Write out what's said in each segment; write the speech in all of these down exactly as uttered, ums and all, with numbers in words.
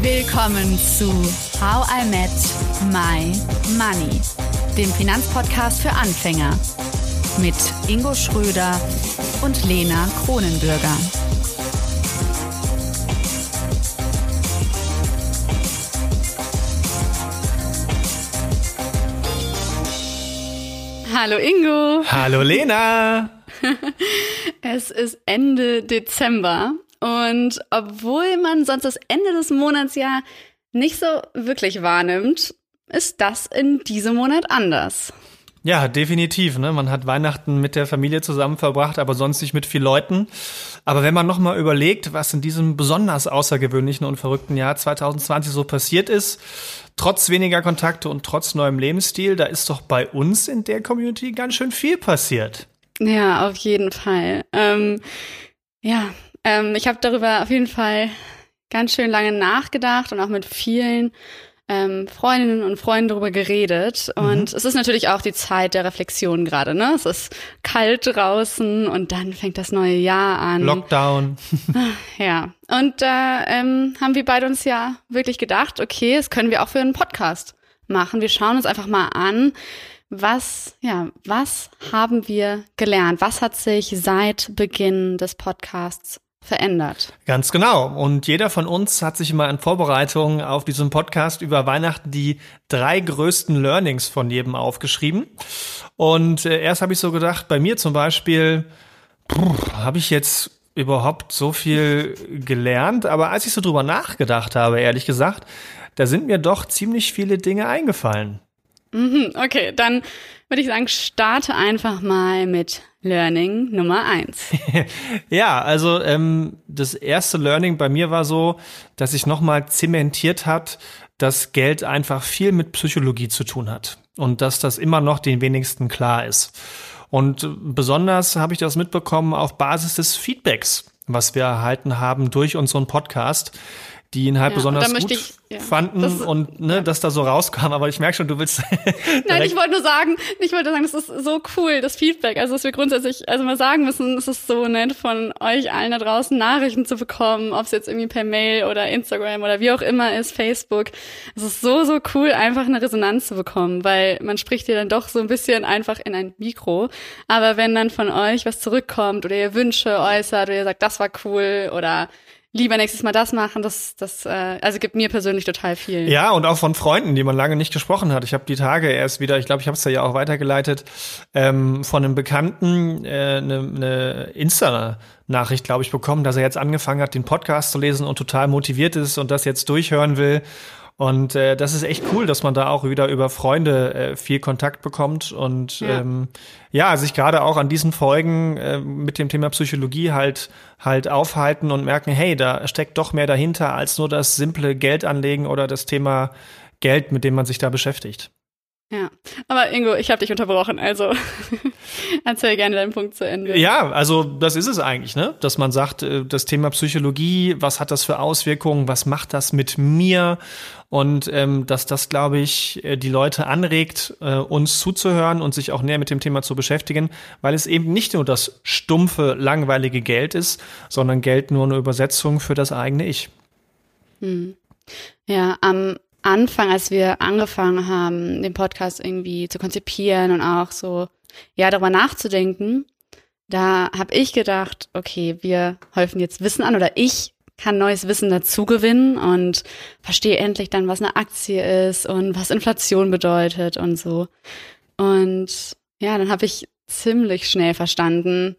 Willkommen zu How I Met My Money, dem Finanzpodcast für Anfänger mit Ingo Schröder und Lena Kronenbürger. Hallo Ingo. Hallo Lena. Es ist Ende Dezember und obwohl man sonst das Ende des Monats ja nicht so wirklich wahrnimmt, ist das in diesem Monat anders. Ja, definitiv. Ne? Man hat Weihnachten mit der Familie zusammen verbracht, aber sonst nicht mit vielen Leuten. Aber wenn man nochmal überlegt, was in diesem besonders außergewöhnlichen und verrückten Jahr zwanzig zwanzig so passiert ist, trotz weniger Kontakte und trotz neuem Lebensstil, da ist doch bei uns in der Community ganz schön viel passiert. Ja, auf jeden Fall. Ähm, ja, ähm, ich habe darüber auf jeden Fall ganz schön lange nachgedacht und auch mit vielen ähm, Freundinnen und Freunden darüber geredet. Und mhm. es ist natürlich auch die Zeit der Reflexion gerade, ne? Es ist kalt draußen und dann fängt das neue Jahr an. Lockdown. Ja, und da ähm, haben wir beide uns ja wirklich gedacht, okay, das können wir auch für einen Podcast machen. Wir schauen uns einfach mal an, was, ja, was haben wir gelernt? Was hat sich seit Beginn des Podcasts verändert? Ganz genau. Und jeder von uns hat sich immer in Vorbereitung auf diesen Podcast über Weihnachten die drei größten Learnings von jedem aufgeschrieben. Und äh, erst habe ich so gedacht, bei mir zum Beispiel, habe ich jetzt überhaupt so viel gelernt? Aber als ich so drüber nachgedacht habe, ehrlich gesagt, da sind mir doch ziemlich viele Dinge eingefallen. Okay, dann würde ich sagen, starte einfach mal mit Learning Nummer eins. Ja, also ähm, das erste Learning bei mir war so, dass sich nochmal zementiert hat, dass Geld einfach viel mit Psychologie zu tun hat und dass das immer noch den wenigsten klar ist. Und besonders habe ich das mitbekommen auf Basis des Feedbacks, was wir erhalten haben durch unseren Podcast, die ihn halt ja, besonders gut ich, ja, fanden das, und ne, ja. dass da so rauskam. Aber ich merke schon, du willst Nein, ich wollte nur sagen, ich wollte sagen, das ist so cool, das Feedback. Also, dass wir grundsätzlich, also mal sagen müssen, es ist so nett von euch allen da draußen Nachrichten zu bekommen, ob es jetzt irgendwie per Mail oder Instagram oder wie auch immer ist, Facebook. Es ist so, so cool, einfach eine Resonanz zu bekommen, weil man spricht dir dann doch so ein bisschen einfach in ein Mikro. Aber wenn dann von euch was zurückkommt oder ihr Wünsche äußert oder ihr sagt, das war cool oder lieber nächstes Mal das machen, das, das, äh, also gibt mir persönlich total viel. Ja, und auch von Freunden, die man lange nicht gesprochen hat. Ich habe die Tage erst wieder, ich glaube, ich habe es ja auch weitergeleitet, ähm, von einem Bekannten äh, eine, eine Insta-Nachricht, glaube ich, bekommen, dass er jetzt angefangen hat, den Podcast zu lesen und total motiviert ist und das jetzt durchhören will. Und äh, das ist echt cool, dass man da auch wieder über Freunde äh, viel Kontakt bekommt und ja, ähm, ja sich gerade auch an diesen Folgen äh, mit dem Thema Psychologie halt halt aufhalten und merken, hey, da steckt doch mehr dahinter als nur das simple Geldanlegen oder das Thema Geld, mit dem man sich da beschäftigt. Ja, aber Ingo, ich habe dich unterbrochen, also erzähl gerne deinen Punkt zu Ende. Ja, also das ist es eigentlich, ne? Dass man sagt, das Thema Psychologie, was hat das für Auswirkungen, was macht das mit mir? Und ähm, dass das, glaube ich, die Leute anregt, äh, uns zuzuhören und sich auch näher mit dem Thema zu beschäftigen, weil es eben nicht nur das stumpfe, langweilige Geld ist, sondern Geld nur eine Übersetzung für das eigene Ich. Hm. Ja, am Anfang, als wir angefangen haben, den Podcast irgendwie zu konzipieren und auch so, ja, darüber nachzudenken, da habe ich gedacht, okay, wir häufen jetzt Wissen an oder ich kann neues Wissen dazu gewinnen und verstehe endlich dann, was eine Aktie ist und was Inflation bedeutet und so. Und ja, dann habe ich ziemlich schnell verstanden,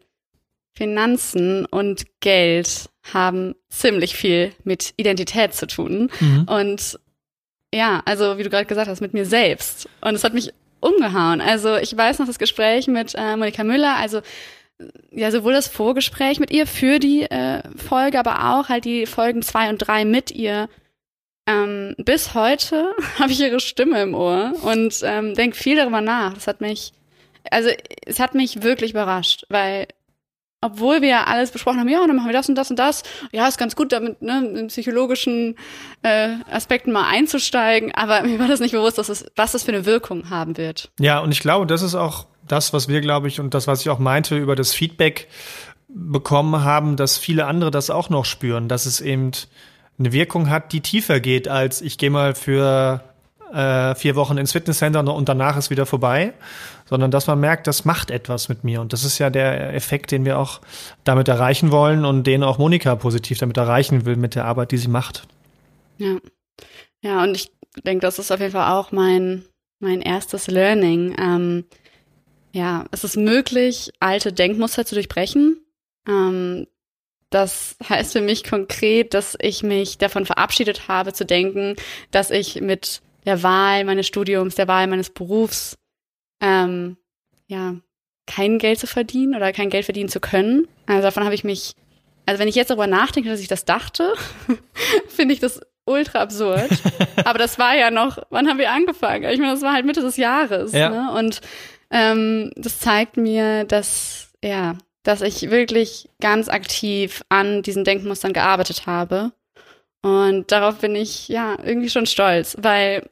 Finanzen und Geld haben ziemlich viel mit Identität zu tun. Mhm. Und ja, also wie du gerade gesagt hast, mit mir selbst. Und es hat mich umgehauen. Also ich weiß noch das Gespräch mit äh, Monika Müller, also ja, sowohl das Vorgespräch mit ihr für die äh, Folge, aber auch halt die Folgen zwei und drei mit ihr. Ähm, bis heute habe ich ihre Stimme im Ohr und ähm, denke viel darüber nach. Das hat mich, also es hat mich wirklich überrascht, weil obwohl wir ja alles besprochen haben, ja, dann machen wir das und das und das. Ja, ist ganz gut, damit ne, in psychologischen äh, Aspekten mal einzusteigen. Aber mir war das nicht bewusst, dass es, was das für eine Wirkung haben wird. Ja, und ich glaube, das ist auch das, was wir, glaube ich, und das, was ich auch meinte, über das Feedback bekommen haben, dass viele andere das auch noch spüren, dass es eben eine Wirkung hat, die tiefer geht, als ich gehe mal für äh, vier Wochen ins Fitnesscenter und danach ist wieder vorbei, sondern dass man merkt, das macht etwas mit mir. Und das ist ja der Effekt, den wir auch damit erreichen wollen und den auch Monika positiv damit erreichen will mit der Arbeit, die sie macht. Ja, ja, und ich denke, das ist auf jeden Fall auch mein, mein erstes Learning. Ähm, ja, es ist möglich, alte Denkmuster zu durchbrechen. Ähm, Das heißt für mich konkret, dass ich mich davon verabschiedet habe, zu denken, dass ich mit der Wahl meines Studiums, der Wahl meines Berufs, ähm, ja, kein Geld zu verdienen oder kein Geld verdienen zu können. Also davon habe ich mich, also wenn ich jetzt darüber nachdenke, dass ich das dachte, finde ich das ultra absurd. Aber das war ja noch, wann haben wir angefangen? Ich meine, das war halt Mitte des Jahres. Ja. Ne? Und ähm, das zeigt mir, dass, ja, dass ich wirklich ganz aktiv an diesen Denkmustern gearbeitet habe. Und darauf bin ich ja irgendwie schon stolz, weil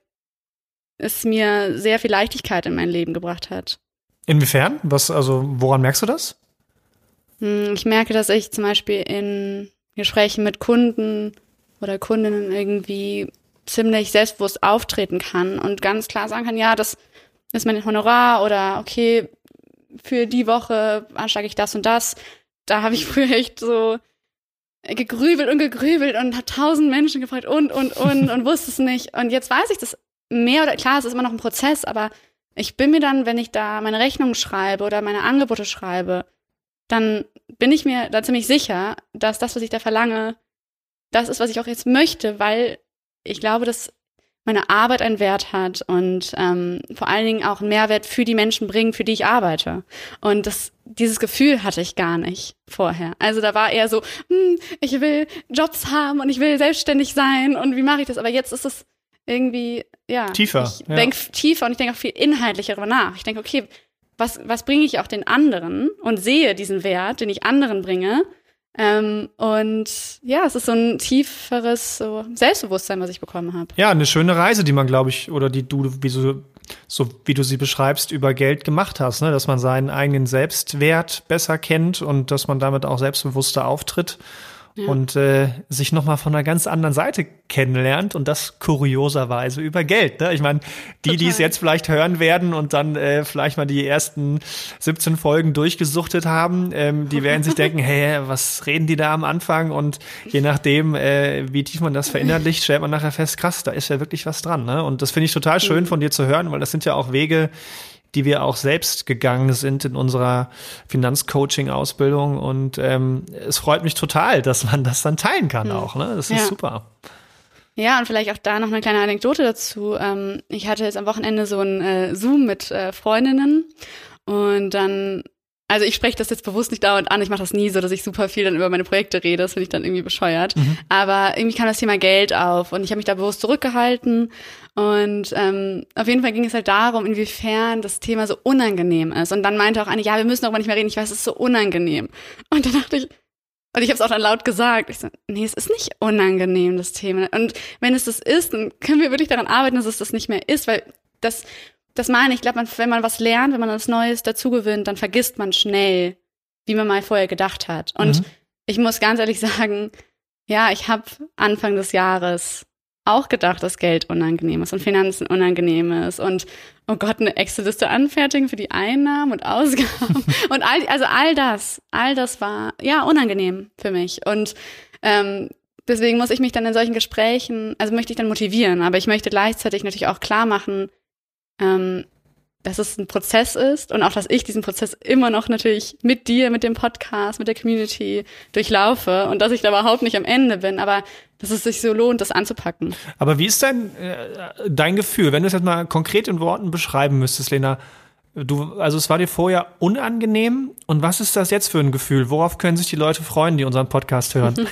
es mir sehr viel Leichtigkeit in mein Leben gebracht hat. Inwiefern? Was, also, woran merkst du das? Ich merke, dass ich zum Beispiel in Gesprächen mit Kunden oder Kundinnen irgendwie ziemlich selbstbewusst auftreten kann und ganz klar sagen kann, ja, das ist mein Honorar oder okay, für die Woche anschlage ich das und das. Da habe ich früher echt so gegrübelt und gegrübelt und hat tausend Menschen gefragt und, und, und und wusste es nicht. Und jetzt weiß ich das mehr oder klar, es ist immer noch ein Prozess, aber ich bin mir dann, wenn ich da meine Rechnungen schreibe oder meine Angebote schreibe, dann bin ich mir da ziemlich sicher, dass das, was ich da verlange, das ist, was ich auch jetzt möchte, weil ich glaube, dass meine Arbeit einen Wert hat und ähm, vor allen Dingen auch einen Mehrwert für die Menschen bringt, für die ich arbeite. Und das, dieses Gefühl hatte ich gar nicht vorher. Also da war eher so, hm, ich will Jobs haben und ich will selbstständig sein und wie mache ich das? Aber jetzt ist es irgendwie, ja. Tiefer. Ich ja. denke tiefer und ich denke auch viel inhaltlicher darüber nach. Ich denke, okay, was, was bringe ich auch den anderen und sehe diesen Wert, den ich anderen bringe. Ähm, und ja, es ist so ein tieferes so Selbstbewusstsein, was ich bekommen habe. Ja, eine schöne Reise, die man, glaube ich, oder die du, wie so, so wie du sie beschreibst, über Geld gemacht hast, ne? Dass man seinen eigenen Selbstwert besser kennt und dass man damit auch selbstbewusster auftritt. Ja. Und äh, sich nochmal von einer ganz anderen Seite kennenlernt und das kurioserweise über Geld. Ne? Ich meine, die, die es jetzt vielleicht hören werden und dann äh, vielleicht mal die ersten siebzehn Folgen durchgesuchtet haben, ähm, die werden sich denken, hey, was reden die da am Anfang? Und je nachdem, äh, wie tief man das verinnerlicht, stellt man nachher fest, krass, da ist ja wirklich was dran. Ne? Und das finde ich total schön von dir zu hören, weil das sind ja auch Wege, die wir auch selbst gegangen sind in unserer Finanzcoaching-Ausbildung. Und ähm, es freut mich total, dass man das dann teilen kann hm. auch. Ne? Das ist ja. super. Ja, und vielleicht auch da noch eine kleine Anekdote dazu. Ähm, ich hatte jetzt am Wochenende so ein äh, Zoom mit äh, Freundinnen und dann, also ich spreche das jetzt bewusst nicht dauernd an, ich mache das nie so, dass ich super viel dann über meine Projekte rede, das finde ich dann irgendwie bescheuert. Mhm. Aber irgendwie kam das Thema Geld auf und ich habe mich da bewusst zurückgehalten und ähm, auf jeden Fall ging es halt darum, inwiefern das Thema so unangenehm ist. Und dann meinte auch eine, ja, wir müssen darüber nicht mehr reden, ich weiß, es ist so unangenehm. Und dann dachte ich, und ich habe es auch dann laut gesagt, ich so, nee, es ist nicht unangenehm, das Thema. Und wenn es das ist, dann können wir wirklich daran arbeiten, dass es das nicht mehr ist, weil das Das meine ich, ich glaube, wenn man was lernt, wenn man was Neues dazugewinnt, dann vergisst man schnell, wie man mal vorher gedacht hat. Und mhm. ich muss ganz ehrlich sagen, ja, ich habe Anfang des Jahres auch gedacht, dass Geld unangenehm ist und Finanzen unangenehm ist und, oh Gott, eine Excel-Liste anfertigen für die Einnahmen und Ausgaben und all, also all das, all das war, ja, unangenehm für mich. Und ähm, deswegen muss ich mich dann in solchen Gesprächen, also möchte ich dann motivieren, aber ich möchte gleichzeitig natürlich auch klar machen, Ähm, dass es ein Prozess ist und auch, dass ich diesen Prozess immer noch natürlich mit dir, mit dem Podcast, mit der Community durchlaufe und dass ich da überhaupt nicht am Ende bin, aber dass es sich so lohnt, das anzupacken. Aber wie ist dein, äh, dein Gefühl, wenn du es jetzt mal konkret in Worten beschreiben müsstest, Lena? Du, also es war dir vorher unangenehm und was ist das jetzt für ein Gefühl? Worauf können sich die Leute freuen, die unseren Podcast hören?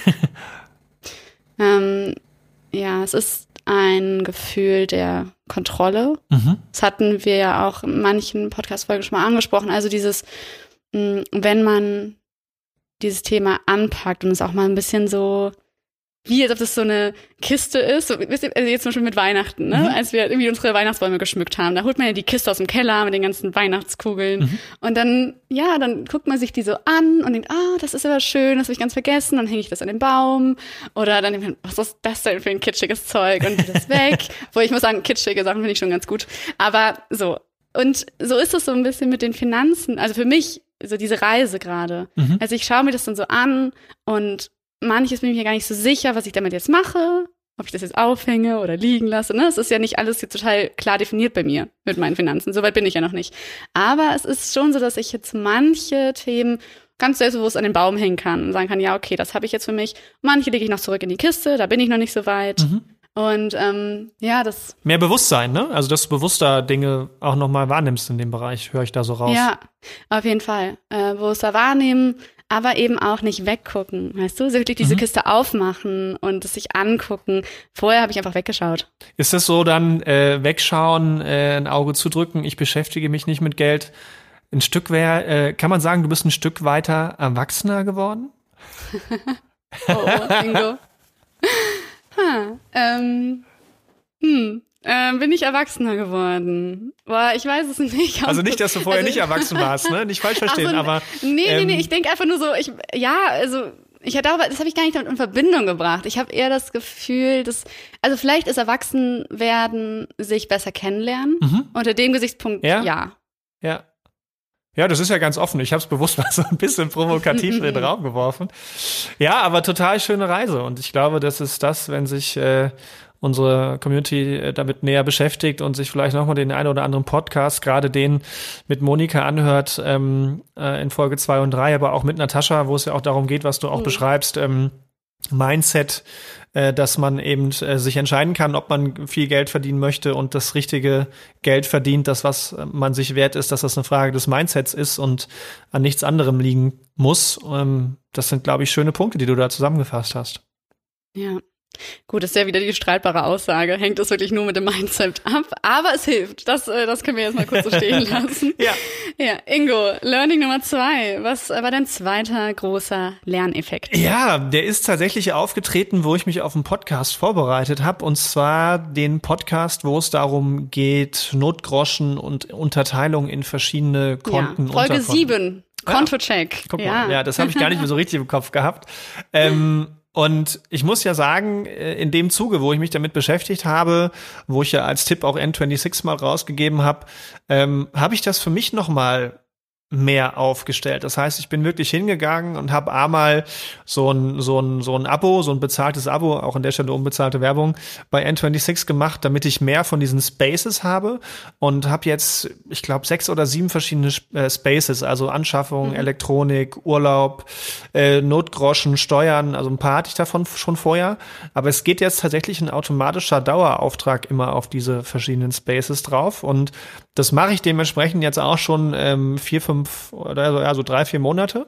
ähm, ja, es ist ein Gefühl der Kontrolle. Mhm. Das hatten wir ja auch in manchen Podcast-Folgen schon mal angesprochen. Also dieses, wenn man dieses Thema anpackt und es auch mal ein bisschen so wie als ob das so eine Kiste ist. So, wisst ihr, also jetzt zum Beispiel mit Weihnachten, ne? Mhm. Als wir irgendwie unsere Weihnachtsbäume geschmückt haben. Da holt man ja die Kiste aus dem Keller mit den ganzen Weihnachtskugeln. Mhm. Und dann, ja, dann guckt man sich die so an und denkt, ah, das ist aber schön, das habe ich ganz vergessen. Dann hänge ich das an den Baum. Oder dann denkt man, was ist das denn für ein kitschiges Zeug? Und das weg. Wo ich muss sagen, kitschige Sachen finde ich schon ganz gut. Aber so. Und so ist es so ein bisschen mit den Finanzen. Also für mich, so diese Reise gerade. Mhm. Also ich schaue mir das dann so an und manches bin ich mir gar nicht so sicher, was ich damit jetzt mache, ob ich das jetzt aufhänge oder liegen lasse. Ne? Es ist ja nicht alles jetzt total klar definiert bei mir mit meinen Finanzen. Soweit bin ich ja noch nicht. Aber es ist schon so, dass ich jetzt manche Themen ganz selbstbewusst an den Baum hängen kann und sagen kann, ja, okay, das habe ich jetzt für mich. Manche lege ich noch zurück in die Kiste, da bin ich noch nicht so weit. Mhm. Und ähm, ja, das... Mehr Bewusstsein, ne? Also, dass du bewusster Dinge auch nochmal wahrnimmst in dem Bereich, höre ich da so raus. Ja, auf jeden Fall. Äh, bewusster wahrnehmen, aber eben auch nicht weggucken, weißt du? Also wirklich diese mhm. Kiste aufmachen und es sich angucken. Vorher habe ich einfach weggeschaut. Ist das so dann, äh, wegschauen, äh, ein Auge zudrücken, ich beschäftige mich nicht mit Geld, ein Stück wär, äh, kann man sagen, du bist ein Stück weiter erwachsener geworden? oh, oh, Ingo. Ha, ähm, hm, äh, bin ich erwachsener geworden? Boah, ich weiß es nicht. Also nicht, dass du vorher also, nicht erwachsen warst, ne? Nicht falsch verstehen, so, aber... Nee, ähm, nee, nee, ich denke einfach nur so, ich, ja, also... Ich hatte aber, das habe ich gar nicht damit in Verbindung gebracht. Ich habe eher das Gefühl, dass, also vielleicht ist Erwachsenwerden sich besser kennenlernen. Mhm. Unter dem Gesichtspunkt, ja. Ja. Ja. Ja, das ist ja ganz offen. Ich habe es bewusst mal so ein bisschen provokativ in den Raum geworfen. Ja, aber total schöne Reise. Und ich glaube, das ist das, wenn sich äh, unsere Community damit näher beschäftigt und sich vielleicht nochmal den einen oder anderen Podcast, gerade den mit Monika anhört, ähm, äh, in Folge zwei und drei, aber auch mit Natascha, wo es ja auch darum geht, was du auch mhm. beschreibst, ähm, Mindset, äh, dass man eben äh, sich entscheiden kann, ob man viel Geld verdienen möchte und das richtige Geld verdient, das, was man sich wert ist, dass das eine Frage des Mindsets ist und an nichts anderem liegen muss. Ähm, das sind, glaube ich, schöne Punkte, die du da zusammengefasst hast. Ja. Gut, das ist ja wieder die streitbare Aussage. Hängt es wirklich nur mit dem Mindset ab? Aber es hilft. Das, äh, das können wir jetzt mal kurz so stehen lassen. ja. Ja, Ingo, Learning Nummer zwei. Was war dein zweiter großer Lerneffekt? Ja, der ist tatsächlich aufgetreten, wo ich mich auf einen Podcast vorbereitet habe. Und zwar den Podcast, wo es darum geht, Notgroschen und Unterteilung in verschiedene Konten. Ja, Folge sieben, Kontocheck. Ja. Guck mal, ja, ja das habe ich gar nicht mehr so richtig im Kopf gehabt. Ähm, Und ich muss ja sagen, in dem Zuge, wo ich mich damit beschäftigt habe, wo ich ja als Tipp auch N sechsundzwanzig mal rausgegeben habe, ähm, habe ich das für mich noch mal mehr aufgestellt. Das heißt, ich bin wirklich hingegangen und habe einmal so ein so ein so ein Abo, so ein bezahltes Abo, auch an der Stelle unbezahlte Werbung bei N sechsundzwanzig gemacht, damit ich mehr von diesen Spaces habe und habe jetzt, ich glaube, sechs oder sieben verschiedene äh, Spaces, also Anschaffung, mhm. Elektronik, Urlaub, äh, Notgroschen, Steuern, also ein paar hatte ich davon schon vorher, aber es geht jetzt tatsächlich ein automatischer Dauerauftrag immer auf diese verschiedenen Spaces drauf und das mache ich dementsprechend jetzt auch schon ähm, vier, fünf oder so, ja, so drei, vier Monate.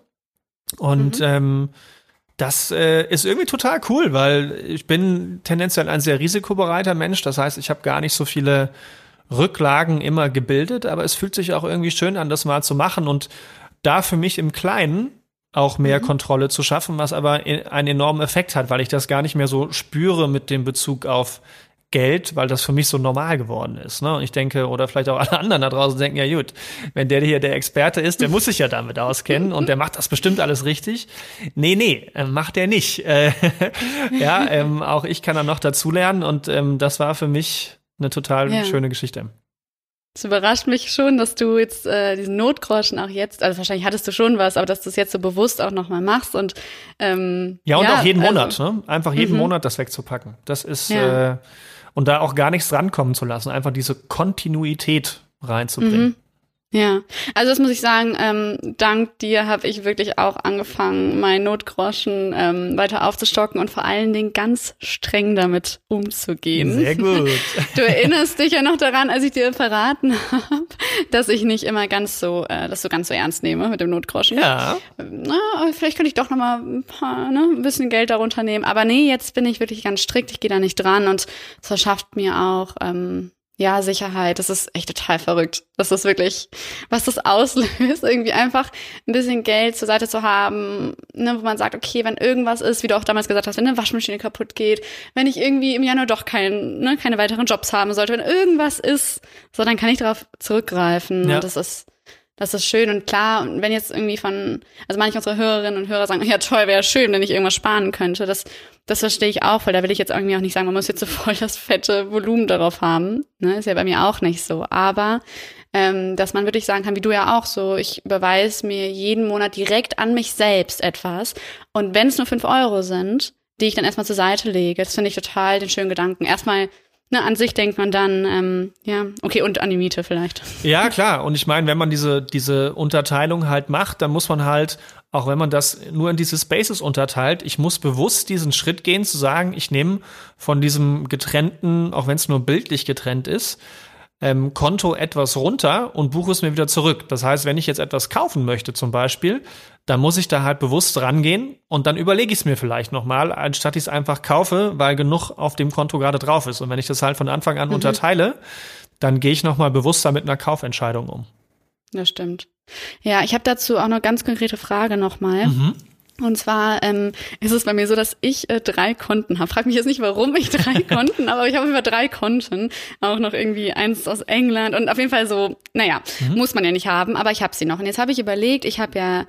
Und mhm. ähm, das äh, ist irgendwie total cool, weil ich bin tendenziell ein sehr risikobereiter Mensch. Das heißt, ich habe gar nicht so viele Rücklagen immer gebildet, aber es fühlt sich auch irgendwie schön an, das mal zu machen und da für mich im Kleinen auch mehr mhm. Kontrolle zu schaffen, was aber einen enormen Effekt hat, weil ich das gar nicht mehr so spüre mit dem Bezug auf Geld, weil das für mich so normal geworden ist. Ne? Und ich denke, oder vielleicht auch alle anderen da draußen denken, ja gut, wenn der hier der Experte ist, der muss sich ja damit auskennen und der macht das bestimmt alles richtig. Nee, nee, äh, macht der nicht. Äh, ja, ähm, auch ich kann da noch dazulernen und ähm, das war für mich eine total ja. schöne Geschichte. Es überrascht mich schon, dass du jetzt äh, diesen Notgroschen auch jetzt, also wahrscheinlich hattest du schon was, aber dass du es jetzt so bewusst auch nochmal machst und ähm, ja, und ja, auch jeden also, Monat, ne? Einfach jeden mhm. Monat das wegzupacken. Das ist ja. äh, und da auch gar nichts rankommen zu lassen, einfach diese Kontinuität reinzubringen. Mhm. Ja, also das muss ich sagen, ähm, dank dir habe ich wirklich auch angefangen, meinen Notgroschen ähm, weiter aufzustocken und vor allen Dingen ganz streng damit umzugehen. Sehr gut. Du erinnerst dich ja noch daran, als ich dir verraten habe, dass ich nicht immer ganz so, äh, das so ganz so ernst nehme mit dem Notgroschen. Ja. Na, vielleicht könnte ich doch noch mal ein paar, ne, ein bisschen Geld darunter nehmen. Aber nee, jetzt bin ich wirklich ganz strikt, ich gehe da nicht dran und es verschafft mir auch ähm, ja, Sicherheit, das ist echt total verrückt. Das ist wirklich, was das auslöst, irgendwie einfach ein bisschen Geld zur Seite zu haben, ne, wo man sagt, okay, wenn irgendwas ist, wie du auch damals gesagt hast, wenn eine Waschmaschine kaputt geht, wenn ich irgendwie im Januar doch kein, ne, keine weiteren Jobs haben sollte, wenn irgendwas ist, so, dann kann ich darauf zurückgreifen. Ja. Und das ist, das ist schön und klar. Und wenn jetzt irgendwie von, also manche unserer Hörerinnen und Hörer sagen, ja toll, wäre schön, wenn ich irgendwas sparen könnte. Das, das verstehe ich auch, weil da will ich jetzt irgendwie auch nicht sagen, man muss jetzt so voll das fette Volumen darauf haben. Ne, ist ja bei mir auch nicht so. Aber ähm, dass man wirklich sagen kann, wie du ja auch so, ich überweise mir jeden Monat direkt an mich selbst etwas. Und wenn es nur fünf Euro sind, die ich dann erstmal zur Seite lege, das finde ich total den schönen Gedanken. Erstmal Ne, an sich denkt man dann, ähm, ja, okay, und an die Miete vielleicht. Ja, klar. Und ich meine, wenn man diese diese Unterteilung halt macht, dann muss man halt, auch wenn man das nur in diese Spaces unterteilt, ich muss bewusst diesen Schritt gehen, zu sagen, ich nehme von diesem getrennten, auch wenn es nur bildlich getrennt ist, ähm, Konto etwas runter und buche es mir wieder zurück. Das heißt, wenn ich jetzt etwas kaufen möchte zum Beispiel, dann muss ich da halt bewusst rangehen und dann überlege ich es mir vielleicht nochmal, anstatt ich es einfach kaufe, weil genug auf dem Konto gerade drauf ist. Und wenn ich das halt von Anfang an mhm. unterteile, dann gehe ich nochmal bewusster mit einer Kaufentscheidung um. Das stimmt. Ja, ich habe dazu auch eine ganz konkrete Frage nochmal. Mhm. Und zwar ähm, ist es bei mir so, dass ich äh, drei Konten habe. Frag mich jetzt nicht, warum ich drei Konten habe, aber ich habe über drei Konten. Auch noch irgendwie eins aus England und auf jeden Fall so, naja, mhm. muss man ja nicht haben, aber ich habe sie noch. Und jetzt habe ich überlegt, ich habe ja,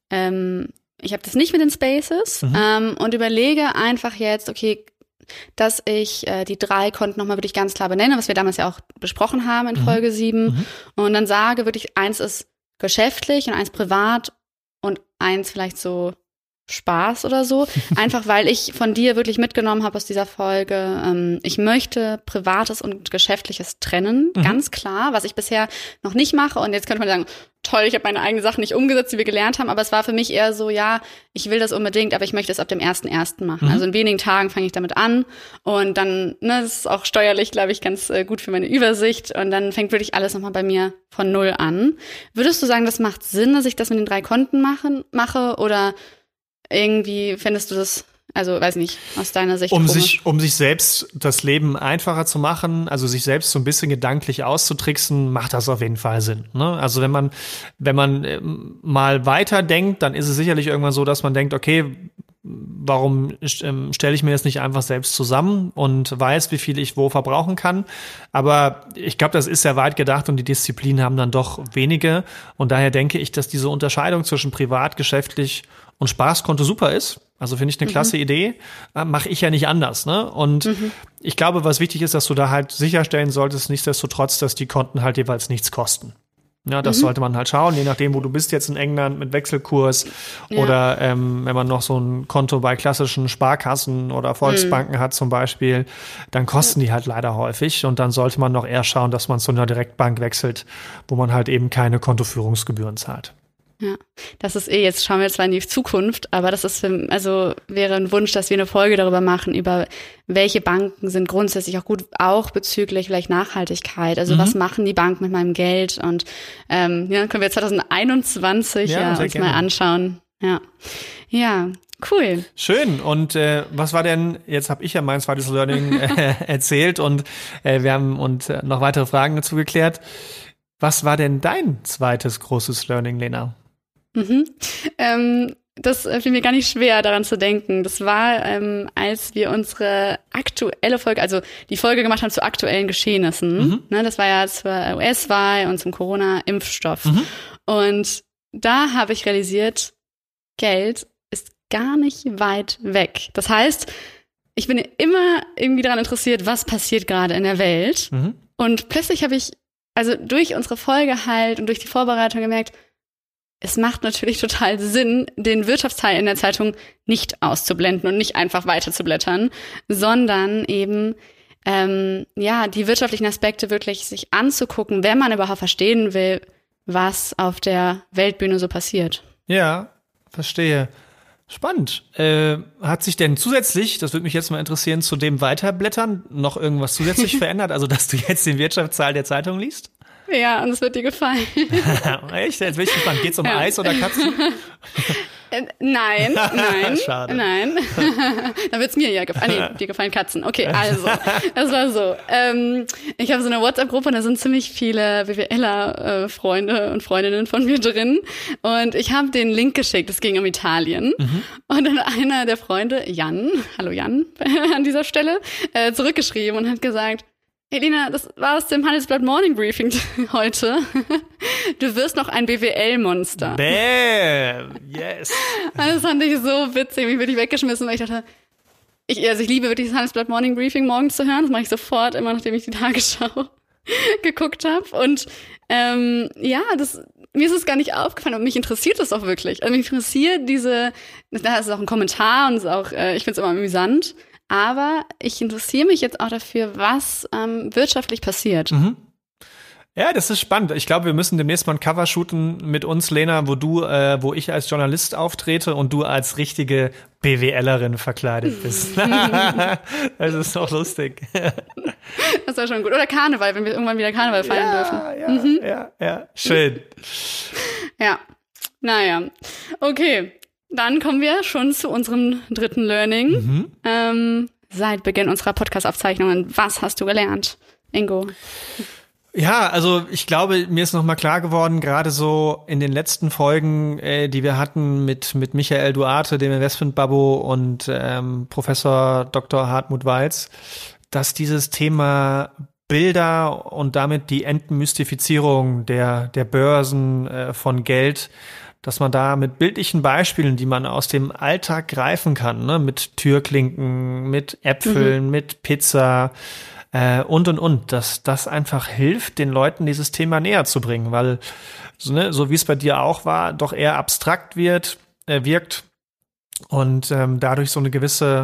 ähm, ich habe das nicht mit den Spaces mhm. ähm, und überlege einfach jetzt, okay, dass ich äh, die drei Konten nochmal wirklich ganz klar benenne, was wir damals ja auch besprochen haben in mhm. Folge sieben. Mhm. Und dann sage wirklich, eins ist geschäftlich und eins privat und eins vielleicht so Spaß oder so, einfach weil ich von dir wirklich mitgenommen habe aus dieser Folge, ähm, ich möchte Privates und Geschäftliches trennen, mhm. ganz klar, was ich bisher noch nicht mache und jetzt könnte man sagen, toll, ich habe meine eigenen Sachen nicht umgesetzt, die wir gelernt haben, aber es war für mich eher so, ja, ich will das unbedingt, aber ich möchte es ab dem ersten ersten machen, mhm. also in wenigen Tagen fange ich damit an und dann, ne, das ist auch steuerlich, glaube ich, ganz äh, gut für meine Übersicht und dann fängt wirklich alles nochmal bei mir von null an. Würdest du sagen, das macht Sinn, dass ich das mit den drei Konten machen, mache oder irgendwie findest du das, also weiß nicht, aus deiner Sicht um komisch? sich um sich selbst das Leben einfacher zu machen, also sich selbst so ein bisschen gedanklich auszutricksen, macht das auf jeden Fall Sinn. Ne? Also wenn man wenn man ähm, mal weiterdenkt, dann ist es sicherlich irgendwann so, dass man denkt, okay, warum ähm, stelle ich mir das nicht einfach selbst zusammen und weiß, wie viel ich wo verbrauchen kann. Aber ich glaube, das ist sehr weit gedacht und die Disziplinen haben dann doch wenige. Und daher denke ich, dass diese Unterscheidung zwischen privat, geschäftlich und Spaßkonto super ist. Also finde ich eine klasse mhm. Idee. Äh, Mache ich ja nicht anders. Ne? Und mhm. ich glaube, was wichtig ist, dass du da halt sicherstellen solltest, nichtsdestotrotz, dass die Konten halt jeweils nichts kosten. Ja, das mhm. sollte man halt schauen, je nachdem, wo du bist jetzt in England mit Wechselkurs ja. oder ähm, wenn man noch so ein Konto bei klassischen Sparkassen oder Volksbanken mhm. hat zum Beispiel, dann kosten die halt leider häufig und dann sollte man noch eher schauen, dass man zu einer Direktbank wechselt, wo man halt eben keine Kontoführungsgebühren zahlt. Ja, das ist eh, jetzt schauen wir zwar in die Zukunft, aber das ist, für, also wäre ein Wunsch, dass wir eine Folge darüber machen, über welche Banken sind grundsätzlich auch gut, auch bezüglich vielleicht Nachhaltigkeit. Also mhm. was machen die Banken mit meinem Geld? Und ähm, ja, können wir zwanzig einundzwanzig ja, ja, uns gerne mal anschauen. Ja, ja, cool. Schön. Und äh, was war denn, jetzt habe ich ja mein zweites Learning äh, erzählt und äh, wir haben und äh, noch weitere Fragen dazu geklärt. Was war denn dein zweites großes Learning, Lena? Mhm. Ähm, das fiel mir gar nicht schwer, daran zu denken. Das war, ähm, als wir unsere aktuelle Folge, also die Folge gemacht haben zu aktuellen Geschehnissen. Mhm. Ne, das war ja zur U S-Wahl und zum Corona-Impfstoff. Mhm. Und da habe ich realisiert, Geld ist gar nicht weit weg. Das heißt, ich bin immer irgendwie daran interessiert, was passiert gerade in der Welt. Mhm. Und plötzlich habe ich, also durch unsere Folge halt und durch die Vorbereitung gemerkt, es macht natürlich total Sinn, den Wirtschaftsteil in der Zeitung nicht auszublenden und nicht einfach weiterzublättern, sondern eben ähm, ja die wirtschaftlichen Aspekte wirklich sich anzugucken, wenn man überhaupt verstehen will, was auf der Weltbühne so passiert. Ja, verstehe. Spannend. Äh, hat sich denn zusätzlich, das würde mich jetzt mal interessieren, zu dem Weiterblättern noch irgendwas zusätzlich verändert? Also, dass du jetzt den Wirtschaftsteil der Zeitung liest? Ja, und es wird dir gefallen. Echt? Jetzt bin ich gespannt. Geht's um ja. Eis oder Katzen? Äh, nein, nein, Schade. nein. Dann wird's mir ja gefallen. Ah, nee, dir gefallen Katzen. Okay, also, das war so. Ähm, ich habe so eine WhatsApp-Gruppe und da sind ziemlich viele BWLer-Freunde äh, und Freundinnen von mir drin. Und ich habe den Link geschickt, es ging um Italien. Mhm. Und dann einer der Freunde, Jan, hallo Jan an dieser Stelle, äh, zurückgeschrieben und hat gesagt, Elina, das war aus dem Handelsblatt Morning Briefing heute. Du wirst noch ein B W L-Monster. Bam! Yes! Das fand ich so witzig, mich wirklich weggeschmissen, weil ich dachte, ich, also ich liebe wirklich das Handelsblatt Morning Briefing morgens zu hören. Das mache ich sofort, immer nachdem ich die Tagesschau geguckt habe. Und ähm, ja, das, mir ist es gar nicht aufgefallen und mich interessiert das auch wirklich. Also mich interessiert diese, da ist auch ein Kommentar und ist auch, äh, ich finde es immer amüsant. Aber ich interessiere mich jetzt auch dafür, was ähm, wirtschaftlich passiert. Mhm. Ja, das ist spannend. Ich glaube, wir müssen demnächst mal ein Cover shooten mit uns, Lena, wo du, äh, wo ich als Journalist auftrete und du als richtige BWLerin verkleidet bist. Das ist doch lustig. Das war schon gut. Oder Karneval, wenn wir irgendwann wieder Karneval feiern ja, dürfen. Ja, mhm. ja, ja, schön. Ja, naja, okay. Dann kommen wir schon zu unserem dritten Learning. Mhm. Ähm, seit Beginn unserer Podcast-Aufzeichnungen. Was hast du gelernt, Ingo? Ja, also ich glaube, mir ist nochmal klar geworden, gerade so in den letzten Folgen, äh, die wir hatten mit mit Michael Duarte, dem Investment-Babbo und ähm, Professor Doktor Hartmut Walz, dass dieses Thema Bilder und damit die Entmystifizierung der der Börsen äh, von Geld, dass man da mit bildlichen Beispielen, die man aus dem Alltag greifen kann, ne, mit Türklinken, mit Äpfeln, mhm. mit Pizza äh, und und und, dass das einfach hilft, den Leuten dieses Thema näher zu bringen, weil so, ne, so wie es bei dir auch war, doch eher abstrakt wird, äh, wirkt und ähm, dadurch so eine gewisse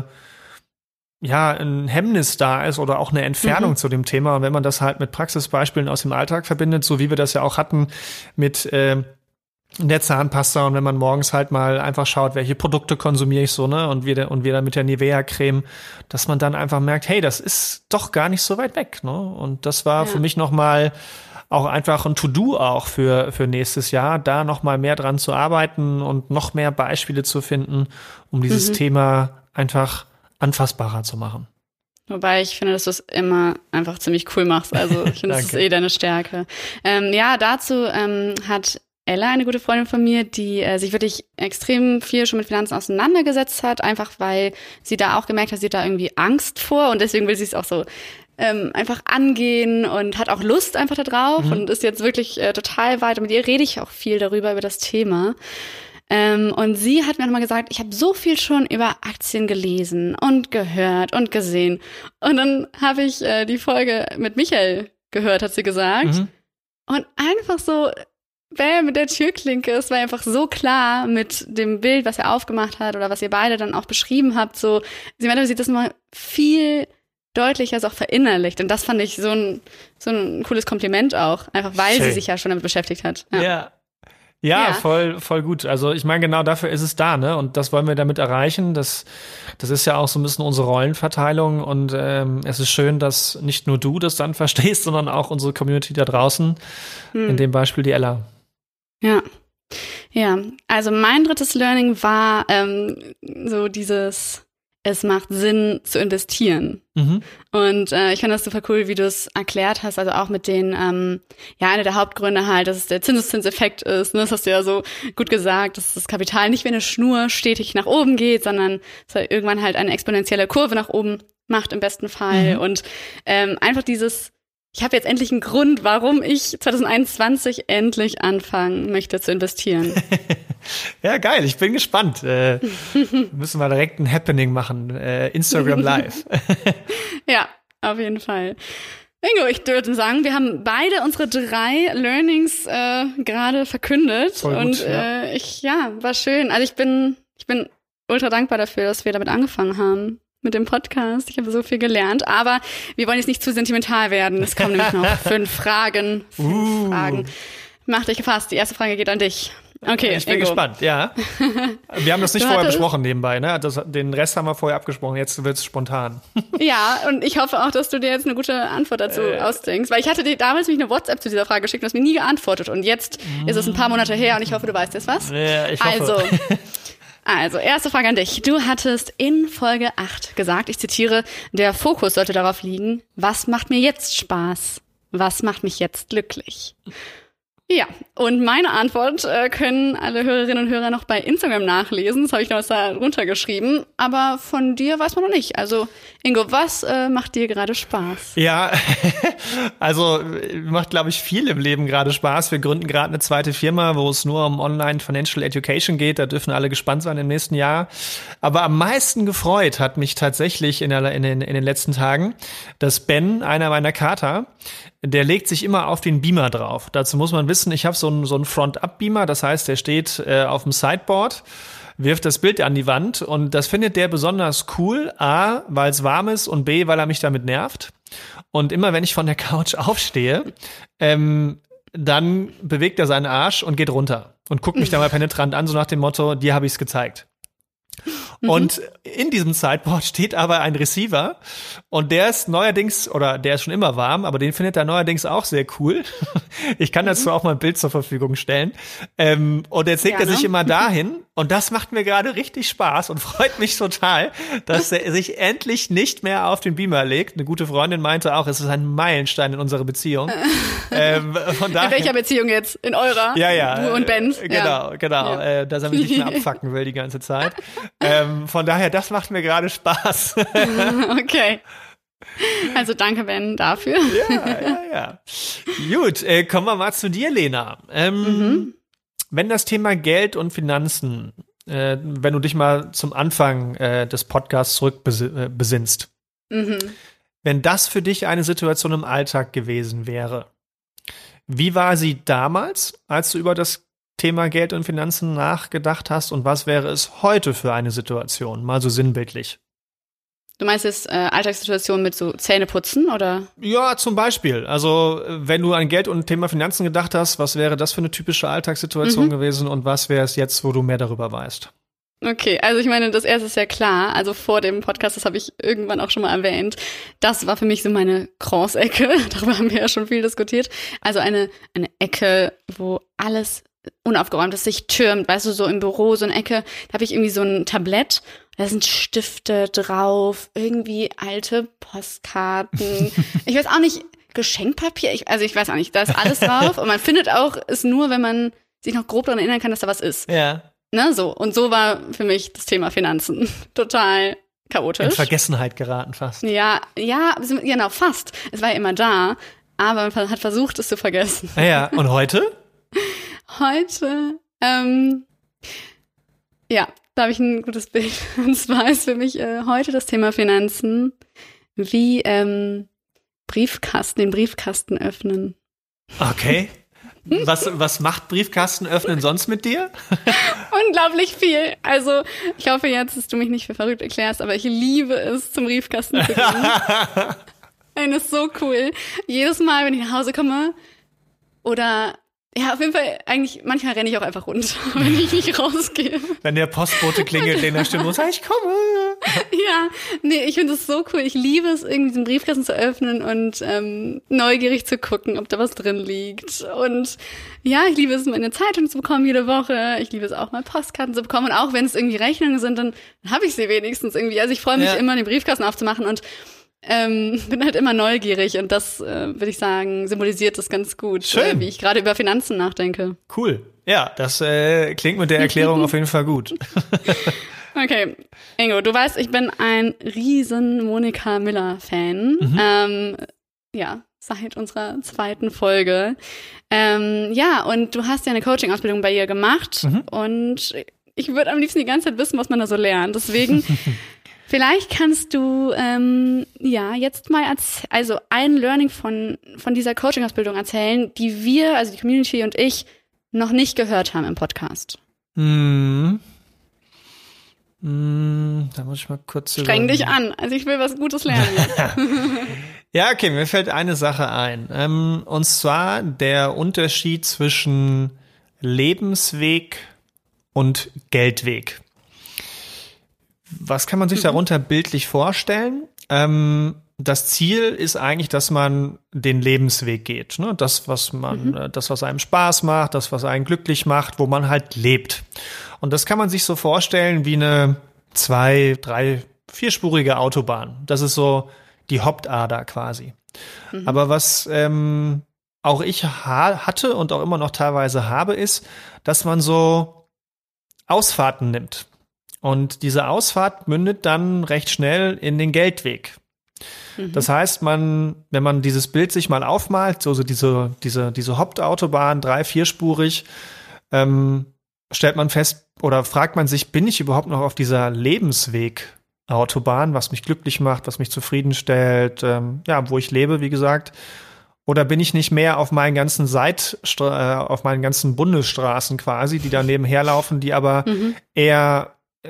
ja, ein Hemmnis da ist oder auch eine Entfernung mhm. zu dem Thema. Und wenn man das halt mit Praxisbeispielen aus dem Alltag verbindet, so wie wir das ja auch hatten mit äh, der Zahnpasta und wenn man morgens halt mal einfach schaut, welche Produkte konsumiere ich so, ne, und wieder, und wieder mit der Nivea-Creme, dass man dann einfach merkt, hey, das ist doch gar nicht so weit weg, ne, und das war ja. für mich nochmal auch einfach ein To-Do auch für, für nächstes Jahr, da nochmal mehr dran zu arbeiten und noch mehr Beispiele zu finden, um dieses mhm. Thema einfach anfassbarer zu machen. Wobei ich finde, dass du es immer einfach ziemlich cool machst, also ich finde, das ist eh deine Stärke. Ähm, ja, dazu ähm, hat Ella, eine gute Freundin von mir, die äh, sich wirklich extrem viel schon mit Finanzen auseinandergesetzt hat, einfach weil sie da auch gemerkt hat, sie hat da irgendwie Angst vor und deswegen will sie es auch so ähm, einfach angehen und hat auch Lust einfach da drauf mhm. und ist jetzt wirklich äh, total weit. Und mit ihr rede ich auch viel darüber, über das Thema. Ähm, und sie hat mir nochmal gesagt, ich habe so viel schon über Aktien gelesen und gehört und gesehen. Und dann habe ich äh, die Folge mit Michael gehört, hat sie gesagt. Mhm. Und einfach so Wer mit der Türklinke, es war einfach so klar mit dem Bild, was er aufgemacht hat oder was ihr beide dann auch beschrieben habt, so, sie meinte, sie das mal viel deutlicher so auch verinnerlicht und das fand ich so ein, so ein cooles Kompliment auch, einfach weil Schön. sie sich ja schon damit beschäftigt hat. Ja. ja. Ja, ja, voll, voll gut. Also ich meine, genau dafür ist es da, ne? Und das wollen wir damit erreichen. Das, das ist ja auch so ein bisschen unsere Rollenverteilung. Und ähm, es ist schön, dass nicht nur du das dann verstehst, sondern auch unsere Community da draußen. Hm. In dem Beispiel die Ella. Ja. Ja, also mein drittes Learning war ähm, so dieses, es macht Sinn zu investieren. Mhm. Und äh, ich fand das super cool, wie du es erklärt hast, also auch mit den, ähm, ja, einer der Hauptgründe halt, dass es der Zinseszinseffekt ist, ne? Das hast du ja so gut gesagt, dass das Kapital nicht wie eine Schnur stetig nach oben geht, sondern es halt irgendwann halt eine exponentielle Kurve nach oben macht im besten Fall. Mhm. Und ähm, einfach dieses, ich habe jetzt endlich einen Grund, warum ich zwanzig einundzwanzig endlich anfangen möchte zu investieren. Ja, geil, ich bin gespannt. Äh, müssen wir direkt ein Happening machen. Äh, Instagram Live. Ja, auf jeden Fall. Ingo, ich würde sagen, wir haben beide unsere drei Learnings äh, gerade verkündet. Voll gut, und ja. Äh, ich, ja, war schön. Also ich bin, ich bin ultra dankbar dafür, dass wir damit angefangen haben. Mit dem Podcast. Ich habe so viel gelernt, aber wir wollen jetzt nicht zu sentimental werden. Es kommen nämlich noch fünf Fragen. Fünf uh. Fragen. Mach dich gefasst. Die erste Frage geht an dich. Okay, ich bin Ingo. gespannt, ja. Wir haben das nicht du vorher hattest... besprochen nebenbei, ne? Das, den Rest haben wir vorher abgesprochen, jetzt wird's spontan. Ja, und ich hoffe auch, dass du dir jetzt eine gute Antwort dazu äh. ausdenkst, weil ich hatte dir damals mich eine WhatsApp zu dieser Frage geschickt und hast mir nie geantwortet und jetzt mm. ist es ein paar Monate her und ich hoffe, du weißt jetzt was. Ja, ich hoffe. Also, Also, erste Frage an dich. Du hattest in Folge acht gesagt, ich zitiere, der Fokus sollte darauf liegen, was macht mir jetzt Spaß? Was macht mich jetzt glücklich? Ja, und meine Antwort äh, können alle Hörerinnen und Hörer noch bei Instagram nachlesen. Das habe ich noch da runtergeschrieben. Aber von dir weiß man noch nicht. Also, Ingo, was äh, macht dir gerade Spaß? Ja, also macht, glaube ich, viel im Leben gerade Spaß. Wir gründen gerade eine zweite Firma, wo es nur um Online Financial Education geht. Da dürfen alle gespannt sein im nächsten Jahr. Aber am meisten gefreut hat mich tatsächlich in, der, in, den, in den letzten Tagen, dass Ben, einer meiner Kater, der legt sich immer auf den Beamer drauf. Dazu muss man wissen, ich habe so einen so einen Front-Up-Beamer, das heißt, der steht äh, auf dem Sideboard, wirft das Bild an die Wand und das findet der besonders cool, A, weil es warm ist und B, weil er mich damit nervt. Und immer wenn ich von der Couch aufstehe, ähm, dann bewegt er seinen Arsch und geht runter und guckt mich da mal penetrant an, so nach dem Motto, dir habe ich es gezeigt. Mhm. Und in diesem Sideboard steht aber ein Receiver und der ist neuerdings, oder der ist schon immer warm, aber den findet er neuerdings auch sehr cool. Ich kann dazu auch mal ein Bild zur Verfügung stellen. Ähm, und jetzt legt er sich immer dahin und das macht mir gerade richtig Spaß und freut mich total, dass er sich endlich nicht mehr auf den Beamer legt. Eine gute Freundin meinte auch, es ist ein Meilenstein in unserer Beziehung. ähm, von daher, in welcher Beziehung jetzt? In eurer? Ja, ja. Du und Benz? Genau, ja. genau. Ja. Äh, dass er mich nicht mehr abfucken will die ganze Zeit. Ähm, von daher, das macht mir gerade Spaß. Okay. Also danke, Ben, dafür. Ja, ja, ja. Gut, äh, kommen wir mal zu dir, Lena. Ähm, mhm. Wenn das Thema Geld und Finanzen, äh, wenn du dich mal zum Anfang äh, des Podcasts zurückbesinnst, mhm. wenn das für dich eine Situation im Alltag gewesen wäre, wie war sie damals, als du über das Thema Geld und Finanzen nachgedacht hast und was wäre es heute für eine Situation, mal so sinnbildlich? Du meinst jetzt äh, Alltagssituationen mit so Zähneputzen, oder? Ja, zum Beispiel. Also wenn du an Geld und Thema Finanzen gedacht hast, was wäre das für eine typische Alltagssituation mhm. gewesen und was wäre es jetzt, wo du mehr darüber weißt? Okay, also ich meine, das erste ist ja klar, also vor dem Podcast, das habe ich irgendwann auch schon mal erwähnt, das war für mich so meine Cross-Ecke, darüber haben wir ja schon viel diskutiert, also eine eine Ecke, wo alles unaufgeräumt ist, sich türmt, weißt du, so im Büro, so eine Ecke, da habe ich irgendwie so ein Tablett, da sind Stifte drauf, irgendwie alte Postkarten, ich weiß auch nicht, Geschenkpapier, ich, also ich weiß auch nicht, da ist alles drauf und man findet auch, es nur, wenn man sich noch grob daran erinnern kann, dass da was ist. Ja. Ne, so. Und so war für mich das Thema Finanzen total chaotisch. In Vergessenheit geraten fast. Ja, ja, genau, fast. Es war ja immer da, aber man hat versucht, es zu vergessen. Ja, und heute? Heute, ähm, ja, da habe ich ein gutes Bild. Und zwar ist für mich äh, heute das Thema Finanzen wie ähm, Briefkasten, den Briefkasten öffnen. Okay. Was, was macht Briefkasten öffnen sonst mit dir? Unglaublich viel. Also ich hoffe jetzt, dass du mich nicht für verrückt erklärst, aber ich liebe es, zum Briefkasten zu gehen. Und das ist so cool. Jedes Mal, wenn ich nach Hause komme oder ja, auf jeden Fall, eigentlich, manchmal renne ich auch einfach runter, wenn ich nicht rausgehe. Wenn der Postbote klingelt, den er stimmt muss, ich komme. Ja, nee, ich finde es so cool. Ich liebe es, irgendwie diesen Briefkasten zu öffnen und ähm, neugierig zu gucken, ob da was drin liegt. Und ja, ich liebe es, meine Zeitung zu bekommen jede Woche. Ich liebe es auch, mal Postkarten zu bekommen. Und auch wenn es irgendwie Rechnungen sind, dann habe ich sie wenigstens irgendwie. Also ich freue mich ja. immer, den Briefkasten aufzumachen und Ähm, bin halt immer neugierig und das, äh, würde ich sagen, symbolisiert das ganz gut, äh, wie ich gerade über Finanzen nachdenke. Cool. Ja, das äh, klingt mit der Erklärung auf jeden Fall gut. Okay, Ingo, du weißt, ich bin ein riesen Monika Miller-Fan. Mhm. Ähm, ja, seit unserer zweiten Folge. Ähm, ja, und du hast ja eine Coaching-Ausbildung bei ihr gemacht mhm. und ich würde am liebsten die ganze Zeit wissen, was man da so lernt. Deswegen vielleicht kannst du ähm, ja jetzt mal als, also ein Learning von von dieser Coaching-Ausbildung erzählen, die wir, also die Community und ich, noch nicht gehört haben im Podcast. Mm. Mm, da muss ich mal kurz Streng dich an, also ich will was Gutes lernen. Ja, okay, mir fällt eine Sache ein. Ähm, und zwar der Unterschied zwischen Lebensweg und Geldweg. Was kann man sich mhm. darunter bildlich vorstellen? Ähm, das Ziel ist eigentlich, dass man den Lebensweg geht, ne? Das, was man, mhm. das, was einem Spaß macht, das, was einen glücklich macht, wo man halt lebt. Und das kann man sich so vorstellen wie eine zwei, drei, vierspurige Autobahn. Das ist so die Hauptader quasi. Mhm. Aber was ähm, auch ich ha- hatte und auch immer noch teilweise habe, ist, dass man so Ausfahrten nimmt. Und diese Ausfahrt mündet dann recht schnell in den Geldweg. Mhm. Das heißt, man, wenn man dieses Bild sich mal aufmalt, so, so diese, diese, diese Hauptautobahn, drei-, vierspurig, ähm, stellt man fest oder fragt man sich, bin ich überhaupt noch auf dieser Lebensweg-Autobahn, was mich glücklich macht, was mich zufriedenstellt, ähm, ja, wo ich lebe, wie gesagt. Oder bin ich nicht mehr auf meinen ganzen Seitstra- äh, auf meinen ganzen Bundesstraßen quasi, die da nebenher laufen, die aber mhm. eher äh,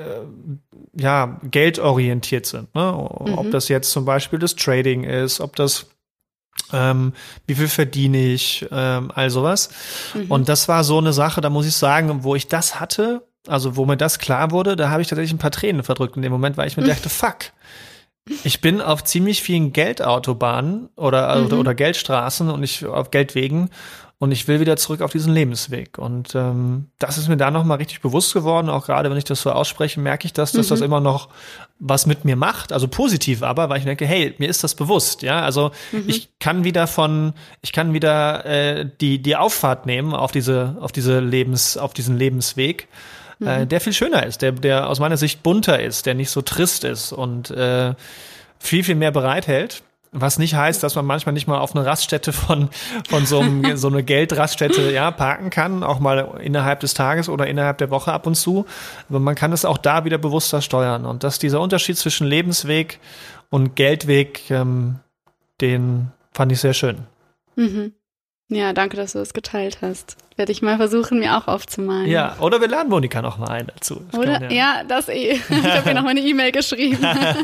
ja, geldorientiert sind, ne? Mhm. Ob das jetzt zum Beispiel das Trading ist, ob das ähm, wie viel verdiene ich, ähm, all sowas. Mhm. Und das war so eine Sache, da muss ich sagen, wo ich das hatte, also wo mir das klar wurde, da habe ich tatsächlich ein paar Tränen verdrückt in dem Moment, weil ich mir mhm. dachte, fuck, ich bin auf ziemlich vielen Geldautobahnen oder, mhm. oder, oder Geldstraßen und ich auf Geldwegen und ich will wieder zurück auf diesen Lebensweg. Und ähm, das ist mir da nochmal richtig bewusst geworden. Auch gerade, wenn ich das so ausspreche, merke ich das, dass mhm. das immer noch was mit mir macht. Also positiv aber, weil ich denke, hey, mir ist das bewusst. Ja, also mhm. ich kann wieder von, ich kann wieder äh, die die Auffahrt nehmen auf diese auf diese Lebens auf diesen Lebensweg. Mhm. Äh, der viel schöner ist, der, der aus meiner Sicht bunter ist, der nicht so trist ist und äh, viel, viel mehr bereithält. Was nicht heißt, dass man manchmal nicht mal auf eine Raststätte von, von so, einem, so eine Geldraststätte ja, parken kann, auch mal innerhalb des Tages oder innerhalb der Woche ab und zu. Aber man kann es auch da wieder bewusster steuern. Und dass dieser Unterschied zwischen Lebensweg und Geldweg, ähm, den fand ich sehr schön. Mhm. Ja, danke, dass du das geteilt hast. Werde ich mal versuchen, mir auch aufzumalen. Ja, oder wir laden Monika noch mal ein dazu. Das oder? Man, ja. ja, das eh. Ich habe ihr noch mal eine E-Mail geschrieben.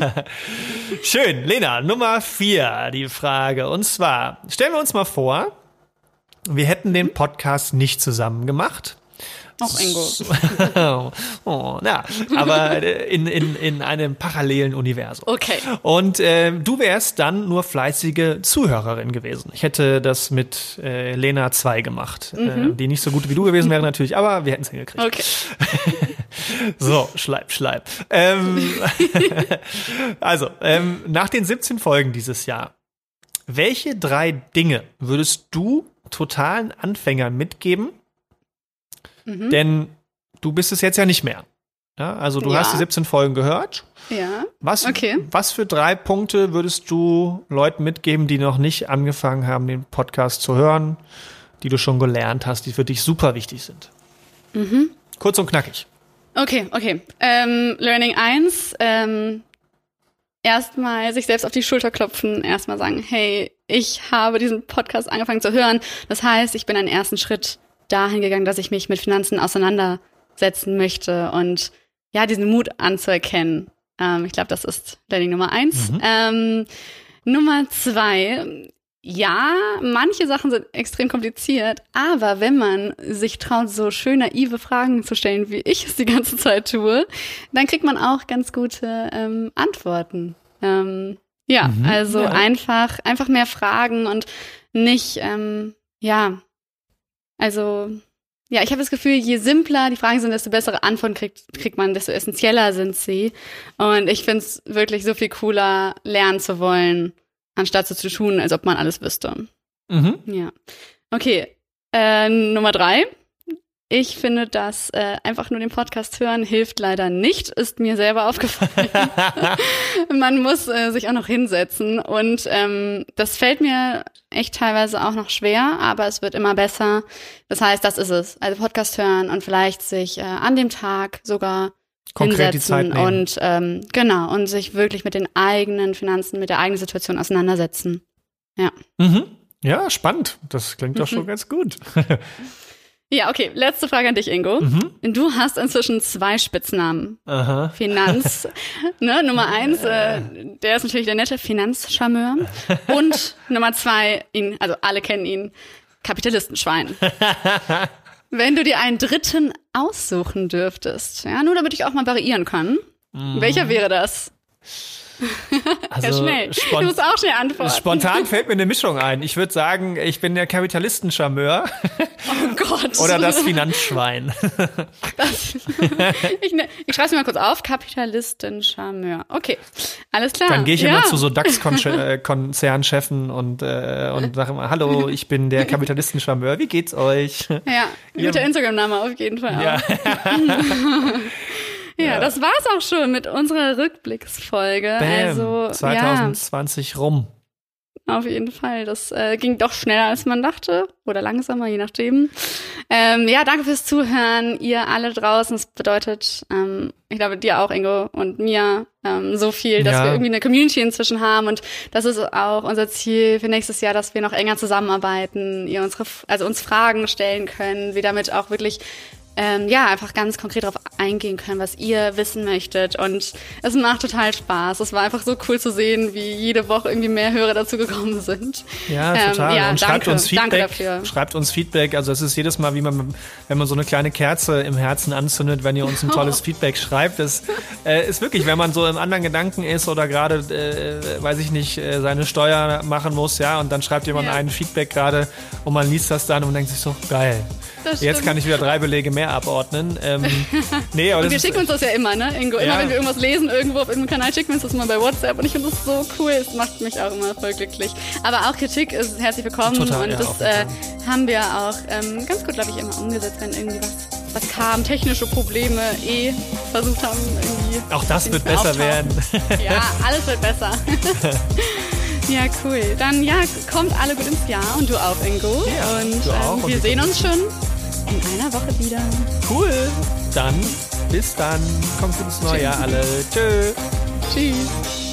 Schön. Lena, Nummer vier, die Frage. Und zwar, stellen wir uns mal vor, wir hätten den Podcast nicht zusammen gemacht. Auch Ingo. oh, ja, aber in, in, in einem parallelen Universum. Okay. Und äh, du wärst dann nur fleißige Zuhörerin gewesen. Ich hätte das mit äh, Lena zwei gemacht, mhm. äh, die nicht so gut wie du gewesen wäre natürlich, aber wir hätten es hingekriegt. Okay. So, Schleib, Schleib. Ähm, also, ähm, nach den siebzehn Folgen dieses Jahr, welche drei Dinge würdest du totalen Anfängern mitgeben? Mhm. Denn du bist es jetzt ja nicht mehr. Ja, also du ja. hast die siebzehn Folgen gehört. Ja, was, okay. Was für drei Punkte würdest du Leuten mitgeben, die noch nicht angefangen haben, den Podcast zu hören, die du schon gelernt hast, die für dich super wichtig sind? Mhm. Kurz und knackig. Okay, okay. Ähm, Learning eins, ähm, erstmal sich selbst auf die Schulter klopfen, erstmal sagen, hey, ich habe diesen Podcast angefangen zu hören. Das heißt, ich bin einen ersten Schritt dahin gegangen, dass ich mich mit Finanzen auseinandersetzen möchte und ja, diesen Mut anzuerkennen. Ähm, ich glaube, das ist Learning Nummer eins. Mhm. Ähm, Nummer zwei, ja, manche Sachen sind extrem kompliziert, aber wenn man sich traut, so schön naive Fragen zu stellen, wie ich es die ganze Zeit tue, dann kriegt man auch ganz gute ähm, Antworten. Ähm, ja, mhm, also ja. einfach einfach mehr fragen und nicht, ähm, ja, also, ja, ich habe das Gefühl, je simpler die Fragen sind, desto bessere Antworten kriegt, kriegt man, desto essentieller sind sie. Und ich finde es wirklich so viel cooler, lernen zu wollen, anstatt so zu tun, als ob man alles wüsste. Mhm. Ja. Okay, äh, Nummer drei. Ich finde, dass äh, einfach nur den Podcast hören hilft leider nicht, ist mir selber aufgefallen. Man muss äh, sich auch noch hinsetzen und ähm, das fällt mir echt teilweise auch noch schwer, aber es wird immer besser. Das heißt, das ist es. Also Podcast hören und vielleicht sich äh, an dem Tag sogar konkret hinsetzen die Zeit nehmen. Und ähm, genau, und sich wirklich mit den eigenen Finanzen, mit der eigenen Situation auseinandersetzen. Ja. Mhm. Ja, spannend. Das klingt doch mhm. schon ganz gut. Ja, okay. Letzte Frage an dich, Ingo. Mhm. Du hast inzwischen zwei Spitznamen. Aha. Finanz, ne, Nummer eins, äh, der ist natürlich der nette Finanzcharmeur. Und Nummer zwei, ihn, also alle kennen ihn, Kapitalistenschwein. Wenn du dir einen dritten aussuchen dürftest, ja, nur damit ich auch mal variieren kann, mhm. welcher wäre das? Also ja, schnell. Du musst auch schnell antworten. Spontan fällt mir eine Mischung ein. Ich würde sagen, ich bin der Kapitalistencharmeur. Oh Gott. Oder das Finanzschwein. Das, ich ne, ich schreibe es mir mal kurz auf. Kapitalistencharmeur. Okay, alles klar. Dann gehe ich ja. immer zu so DAX-Konzernchefen und, äh, und sage immer, hallo, ich bin der Kapitalistencharmeur. Wie geht's euch? Ja, guter Instagram-Name auf jeden Fall. Ja. Ja, ja, das war's auch schon mit unserer Rückblicksfolge. Bam, also zwanzig zwanzig ja, rum. Auf jeden Fall. Das äh, ging doch schneller, als man dachte. Oder langsamer, je nachdem. Ähm, ja, danke fürs Zuhören. Ihr alle draußen. Das bedeutet, ähm, ich glaube, dir auch, Ingo, und mir ähm, so viel, dass ja. wir irgendwie eine Community inzwischen haben. Und das ist auch unser Ziel für nächstes Jahr, dass wir noch enger zusammenarbeiten. Ihr unsere, also uns Fragen stellen können. Wir damit auch wirklich Ähm, ja, einfach ganz konkret darauf eingehen können, was ihr wissen möchtet. Und es macht total Spaß. Es war einfach so cool zu sehen, wie jede Woche irgendwie mehr Hörer dazu gekommen sind. Ja, total. Ähm, ja, und danke, schreibt uns Feedback. Danke dafür. Schreibt uns Feedback. Also es ist jedes Mal, wie man, wenn man so eine kleine Kerze im Herzen anzündet, wenn ihr uns ein tolles oh. Feedback schreibt. Das äh, ist wirklich, wenn man so im anderen Gedanken ist oder gerade, äh, weiß ich nicht, äh, seine Steuer machen muss, ja, und dann schreibt jemand ja. ein Feedback gerade und man liest das dann und denkt sich so, geil. Jetzt kann ich wieder drei Belege mehr abordnen. Ähm, nee, aber und wir schicken uns das ja immer, ne, Ingo? Immer ja. wenn wir irgendwas lesen, irgendwo auf irgendeinem Kanal, schicken wir uns das mal bei WhatsApp. Und ich finde das so cool. Es macht mich auch immer voll glücklich. Aber auch Kritik ist herzlich willkommen. Total, und ja, das äh, haben wir auch ähm, ganz gut, glaube ich, immer umgesetzt, wenn irgendwie was, was kam. Technische Probleme eh versucht haben, irgendwie. Auch das wird besser auftauchen. werden. Ja, alles wird besser. Ja, cool. Dann, ja, kommt alle gut ins Jahr und du auch, Ingo. Ja, und du auch. Ähm, wir und sehen uns schon in einer Woche wieder. Cool. Dann, bis dann. Kommt ins neue Jahr alle. Tschö. Tschüss.